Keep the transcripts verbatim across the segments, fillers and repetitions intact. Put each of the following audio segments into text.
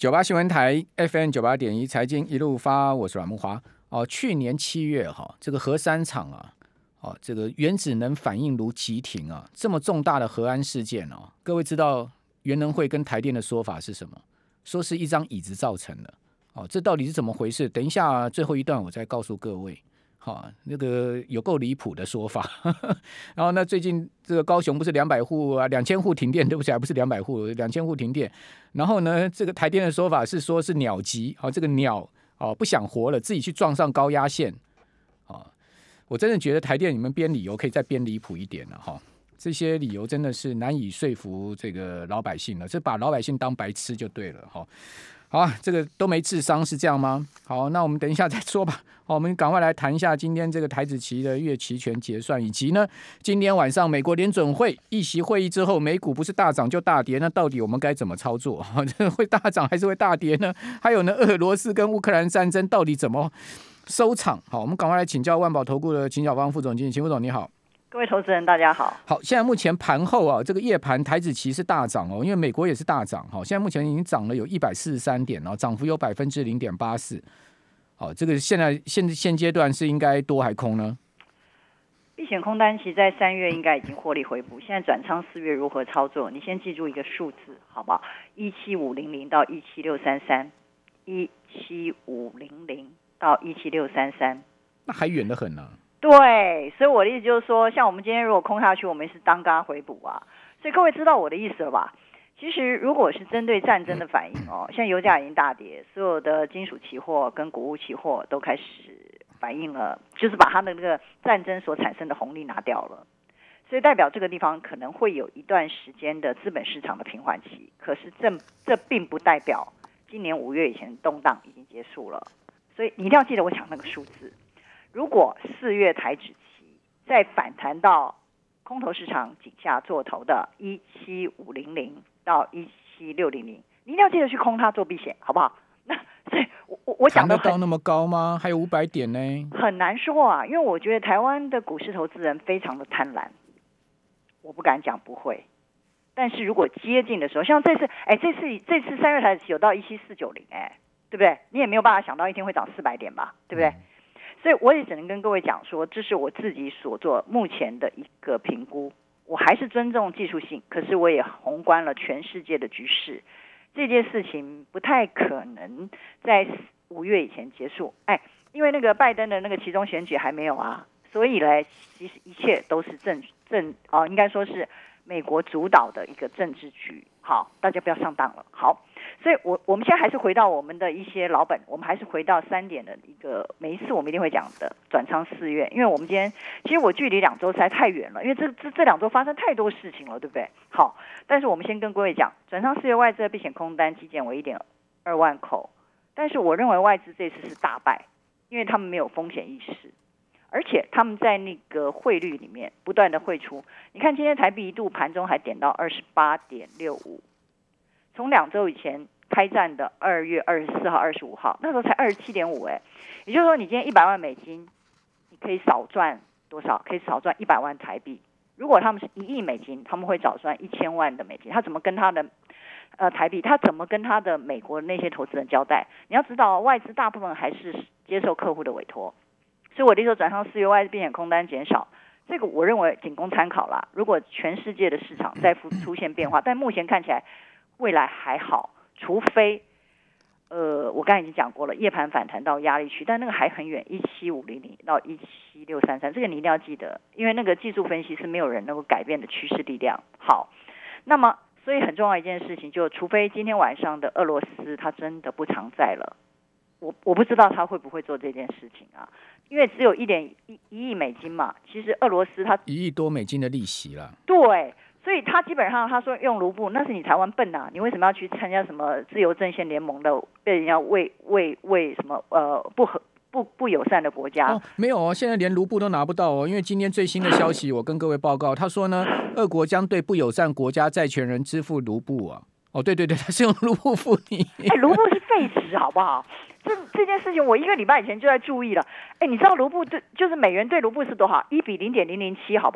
九八新闻台 F M 九八点一财经一路发，我是阮慕骅。哦，去年七月哈，这个核三厂啊，哦，这个原子能反应炉急停啊，这么重大的核安事件哦，各位知道原能会跟台电的说法是什么？说是一张椅子造成的。哦，这到底是怎么回事？等一下最后一段我再告诉各位。好、哦，那个有够离谱的说法。然后呢，最近这个高雄不是两百户啊，两千户停电，对不起，还不是两百户，两千户停电。然后呢，这个台电的说法是说是鸟急，好、哦，这个鸟哦不想活了，自己去撞上高压线。哦，我真的觉得台电你们编理由可以再编离谱一点了哈、哦，这些理由真的是难以说服这个老百姓了，这把老百姓当白痴就对了哈。哦好啊，这个都没智商是这样吗？好，那我们等一下再说吧。好，我们赶快来谈一下今天这个台指期的月期权结算，以及呢，今天晚上美国联准会议息会议之后，美股不是大涨就大跌，那到底我们该怎么操作？会大涨还是会大跌呢？还有呢，俄罗斯跟乌克兰战争到底怎么收场？好，我们赶快来请教万宝投顾的秦小芳副总经理，秦副总你好。 各位投资人大家好。 好，现在目前盘后啊，这个夜盘台指期是大涨哦，因为美国也是大涨。好，现在目前已经涨了有一百四十三点哦，涨幅有百分之零点八四。好，这个现在现现阶段是应该多还空呢？ 避险空单其实在三月应该已经获利回补，现在转仓四月如何操作？你先记住一个数字，好不好？一七五零零到一七六三三，一七五零零到一七六三三， 那还远得很呢、啊。 对，所以我的意思就是说，像我们今天如果空下去，我们是当嘎回补啊。所以各位知道我的意思了吧？其实如果是针对战争的反应哦，现在油价已经大跌，所有的金属期货跟谷物期货都开始反映了，就是把它的那个战争所产生的红利拿掉了。所以代表这个地方可能会有一段时间的资本市场的平缓期，可是这这并不代表今年五月以前动荡已经结束了。所以你一定要记得我讲那个数字。如果四月台指期再反弹到空头市场井下做头的一七五零零到一七六零零，你一定要记得去空它做避险，好不好？那所以我我我讲的谈得到那么高吗？还有五百点呢， 很难说啊，因为我觉得台湾的股市投资人非常的贪婪，我不敢讲不会，但是如果接近的时候，像这次，哎，这次这次三月台指期有到一七四九零，哎，对不对？你也没有办法想到一天会涨四百点吧，对不对？嗯，所以我也只能跟各位讲说，这是我自己所做目前的一个评估，我还是尊重技术性，可是我也宏观了全世界的局势，这件事情不太可能在五月以前结束。哎，因为那个拜登的那个期中选举还没有啊，所以呢，其实一切都是政政哦，应该说是美国主导的一个政治局。好，大家不要上当了。好。所以我我们现在还是回到我们的一些老本，我们还是回到三点的一个，每一次我们一定会讲的转仓四月，因为我们今天其实我距离两周实在太远了，因为这这这两周发生太多事情了，对不对？好，但是我们先跟各位讲，转仓四月外资的避险空单积减为一点二万口，但是我认为外资这次是大败，因为他们没有风险意识，而且他们在那个汇率里面不断的汇出，你看今天台币一度盘中还点到二十八点六五。从两周以前开战的二月二十四号、二十五号，那时候才二十七点五，哎，也就是说，你今天一百万美金，你可以少赚多少？可以少赚一百万台币。如果他们是一亿美金，他们会少赚一千万的美金。他怎么跟他的呃台币？他怎么跟他的美国那些投资人交代？你要知道，外资大部分还是接受客户的委托，所以我的时候转向四月外资避险空单减少。这个我认为仅供参考啦。如果全世界的市场再出现变化，但目前看起来。未来还好，除非，呃，我刚才已经讲过了，夜盘反弹到压力区，但那个还很远，一七五零零到一七六三三，这个你一定要记得，因为那个技术分析是没有人能够改变的趋势力量。好，那么所以很重要一件事情，就除非今天晚上的俄罗斯它真的不常在了，我我不知道他会不会做这件事情啊，因为只有一点一一亿美金嘛，其实俄罗斯它一亿多美金的利息啦， 对。所以他基本上他说用卢布，那是你台湾笨啊！你为什么要去参加什么自由阵线联盟的，被人家为为为什么呃不和不不友善的国家？ 哦，没有哦，现在连卢布都拿不到哦，因为今天最新的消息，我跟各位报告，他说呢，俄国将对不友善国家债权人支付卢布啊。哦，对对对，他是用卢布付你。 哎，卢布是废纸，好不好？这这件事情我一个礼拜以前就在注意了。哎，你知道卢布对就是美元对卢布是多少？一比零点零零七，好不好？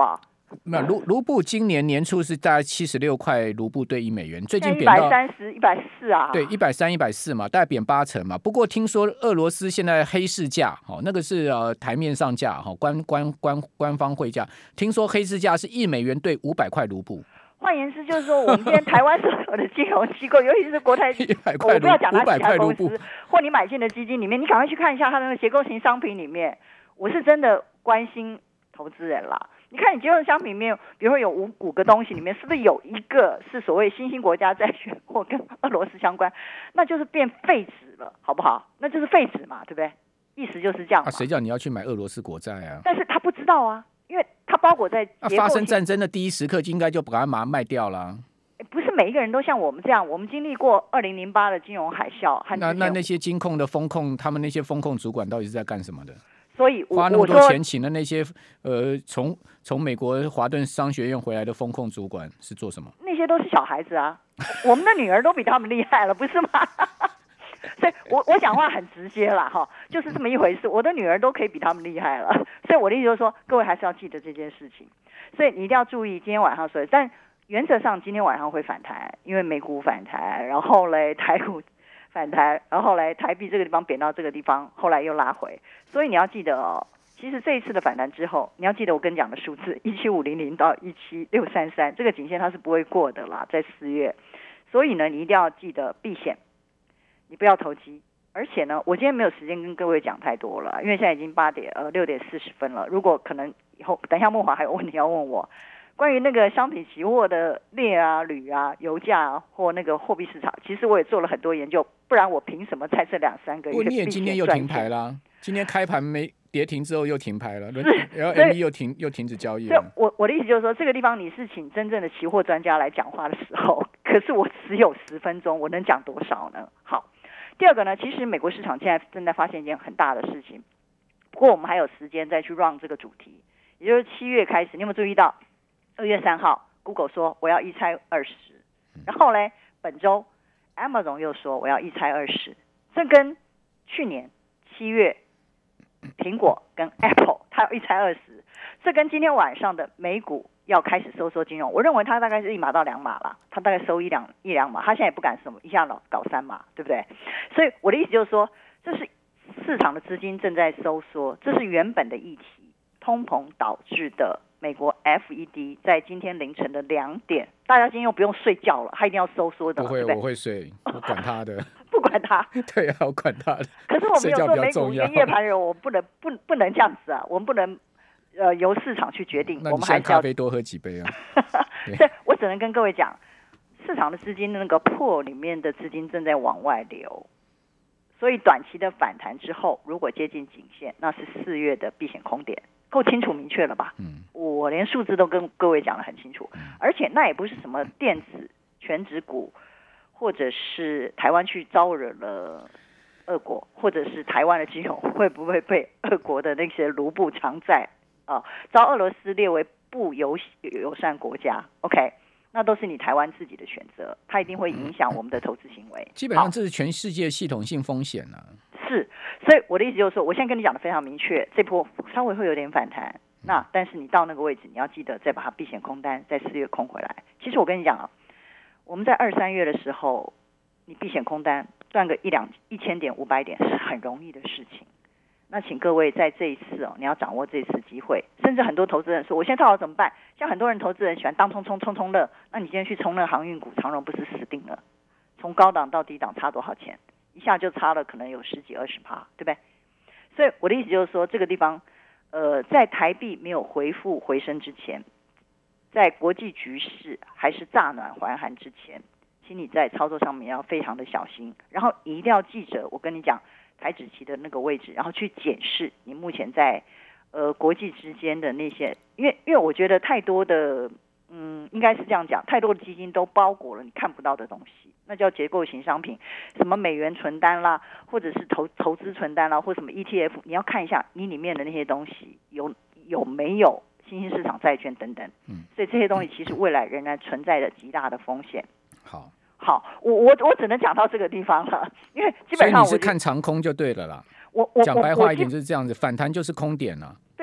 没有卢卢布今年年初是大概七十六块卢布兑一美元，最近一贬到百三十、一百四啊。 对，一百三、一百四嘛，大概贬八成嘛。不过听说俄罗斯现在黑市价，哦，那个是呃台面上价，哈、哦，官官官官方汇价，听说黑市价是一美元兑五百块卢布。 换言之，就是说，我们今天台湾所有的金融机构，尤其是国泰，我不要讲它其他公司，或你买进的基金里面，你赶快去看一下它的那个结构型商品里面，我是真的关心投资人啦。你看，你结构型商品里面，比如说有五五个东西里面，是不是有一个是所谓新兴国家债券或跟俄罗斯相关？那就是变废纸了，好不好？那就是废纸嘛，对不对？意思就是这样嘛。 啊，谁叫你要去买俄罗斯国债啊？ 但是他不知道啊。因为它包裹在啊，发生战争的第一时刻就应该就把它马上卖掉了。 不是每一个人都像我们这样，我们经历过二零零八的金融海啸和那那那些金控的风控，他们那些风控主管到底是在干什么的？ 所以花那么多钱请的那些呃，从从美国华顿商学院回来的风控主管是做什么？ 那些都是小孩子啊，我们的女儿都比他们厉害了，不是吗？所以我我讲话很直接啦，哈，就是这么一回事。我的女儿都可以比他们厉害了，所以我的意思就是说，各位还是要记得这件事情。所以你一定要注意今天晚上说，但原则上今天晚上会反弹，因为美股反弹，然后嘞台股反弹，然后嘞台币这个地方贬到这个地方，后来又拉回。所以你要记得哦，其实这一次的反弹之后，你要记得我跟你讲的数字一七五零零到一七六三三这个颈线它是不会过的啦，在四月。所以呢，你一定要记得避险。你不要投机，而且呢，我今天没有时间跟各位讲太多了，因为现在已经八点呃六点四十分了。如果可能以后等一下慕华还有问题要问我，关于那个商品期货的镍啊、铝啊、油价啊或那个货币市场，其实我也做了很多研究，不然我凭什么在这两三个月？ 不，你也今天又停牌啦，今天开盘没跌停之后又停牌了，然后 M E 又停又停止交易了。 我我的意思就是说，这个地方你是请真正的期货专家来讲话的时候，可是我只有十分钟，我能讲多少呢？好。第二个呢，其实美国市场现在正在发现一件很大的事情，不过我们还有时间再去 run 这个主题，也就是七月开始，你有没有注意到二月三号 Google 说我要一拆二十，然后呢本周 Amazon 又说我要一拆二十，这跟去年七月苹果跟 Apple 它要一拆二十，这跟今天晚上的美股要开始收缩金融，我认为它大概是一码到两码啦，它大概收一两一两码，它现在也不敢什么一下搞三码，对不对？所以我的意思就是说，这是市场的资金正在收缩，这是原本的议题，通膨导致的美国 F E D 在今天凌晨的两点，大家今天又不用睡觉了，它一定要收缩的， 不会， 对不对？ 我会睡，我管他的， 不管他， 对啊，我管他的。 可是我们有做美股跟夜盘人，我们不能不不能这样子啊，我们不能。呃，由市场去决定， 那我们还是要咖啡多喝几杯啊。 所以我只能跟各位讲，市场的资金那个破里面的资金正在往外流，所以短期的反弹之后，如果接近颈线，那是四月的避险空点，够清楚明确了吧？嗯，我连数字都跟各位讲得很清楚，嗯、而且那也不是什么电子全指股，或者是台湾去招惹了俄国，或者是台湾的金融会不会被俄国的那些卢布偿债啊，遭俄罗斯列为不友友善国家 ，OK， 那都是你台湾自己的选择，它一定会影响我们的投资行为。 基本上这是全世界系统性风险啊。 是，所以我的意思就是说，我现在跟你讲的非常明确，这波稍微会有点反弹，那但是你到那个位置，你要记得再把它避险空单在四月空回来。其实我跟你讲啊，我们在二三月的时候，你避险空单赚个一两一千点、五百点是很容易的事情。那请各位在这一次哦，你要掌握这次机会。甚至很多投资人说，我现在套牢怎么办？像很多人投资人喜欢当冲冲冲冲乐，那你今天去冲那个航运股，长荣不是死定了？从高档到低档差多少钱？一下就差了可能有十几二十趴，对不对？所以我的意思就是说，这个地方，呃，在台币没有回复回升之前，在国际局势还是乍暖还寒之前，请你在操作上面要非常的小心，然后一定要记着我跟你讲台指期的那个位置，然后去检视你目前在呃国际之间的那些，因为因为我觉得太多的嗯应该是这样讲，太多的基金都包裹了你看不到的东西，那叫结构型商品，什么美元存单啦，或者是投投资存单啦，或什么 E T F， 你要看一下你里面的那些东西有有没有新兴市场债券等等，嗯，所以这些东西其实未来仍然存在着极大的风险。 好。 好，我我我只能讲到这个地方了，因为基本上我所以你是看长空就对了啦。 我我讲白话一点就是这样子，反弹就是空点了。 对，我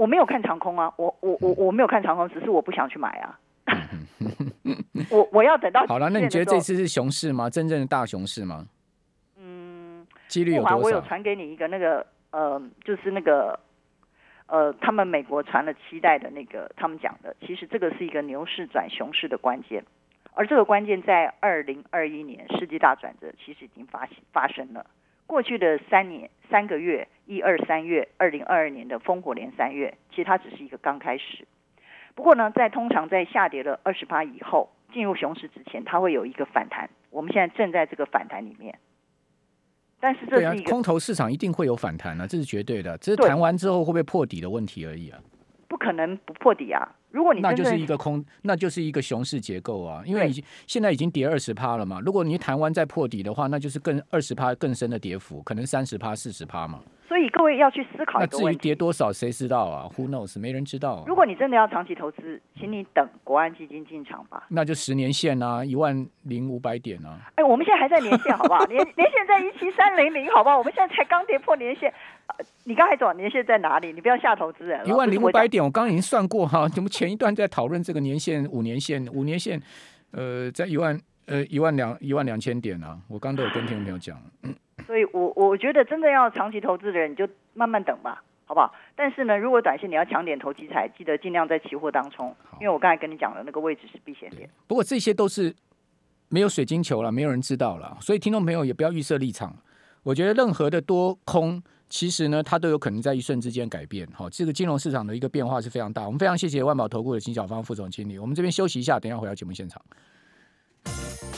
我没有看长空啊，我我我我没有看长空，只是我不想去买啊。我我要等到好了，那你觉得这次是熊市吗？真正的大熊市吗？ 嗯， 几率有多少？ 我有传给你一个那个呃，就是那个呃，他们美国传了期待的那个，他们讲的，其实这个是一个牛市转熊市的关键，而这个关键在二零二一年世纪大转折其实已经发发生了。过去的三年三个月，一二三月，二零二二年的烽火连三月，其实它只是一个刚开始。不过呢，在通常在下跌了二十趴以后，进入熊市之前，它会有一个反弹。我们现在正在这个反弹里面，但是这是一个、 啊、空头市场一定会有反弹啊，这是绝对的。只是弹完之后会不会破底的问题而已啊。 不可能不破底啊！如果你那就是一个空，那就是一个熊市结构啊，因为已经现在已经跌二十趴了嘛。如果你弹完再破底的话，那就是更二十趴更深的跌幅，可能三十趴、四十趴嘛。 所以各位要去思考一个问题。 那至于跌多少，谁知道啊 ？Who knows？ 没人知道、啊。 如果你真的要长期投资，请你等国安基金进场吧。 那就十年线啊，一万零五百点啊。 哎，我们现在还在年线，好不好？年年线在一七三零零，好不好？我们现在才刚跌破年线。呃、你刚才讲年线在哪里？你不要吓投资人了。 一万零五百点，我刚刚已经算过哈。我们前一段在讨论这个年线、五年线、五年线，呃，在一万呃一万两一万两千点啊。我刚刚都有跟听众朋友讲。嗯所以我我觉得真的要长期投资的人，你就慢慢等吧，好不好？但是呢，如果短线你要抢点投机财，记得尽量在期货当冲，因为我刚才跟你讲的那个位置是避险点。 不过这些都是没有水晶球了，没有人知道了，所以听众朋友也不要预设立场。我觉得任何的多空，其实呢，它都有可能在一瞬之间改变。好，这个金融市场的一个变化是非常大。我们非常谢谢万宝投顾的秦小芳副总经理。我们这边休息一下，等一下回到节目现场。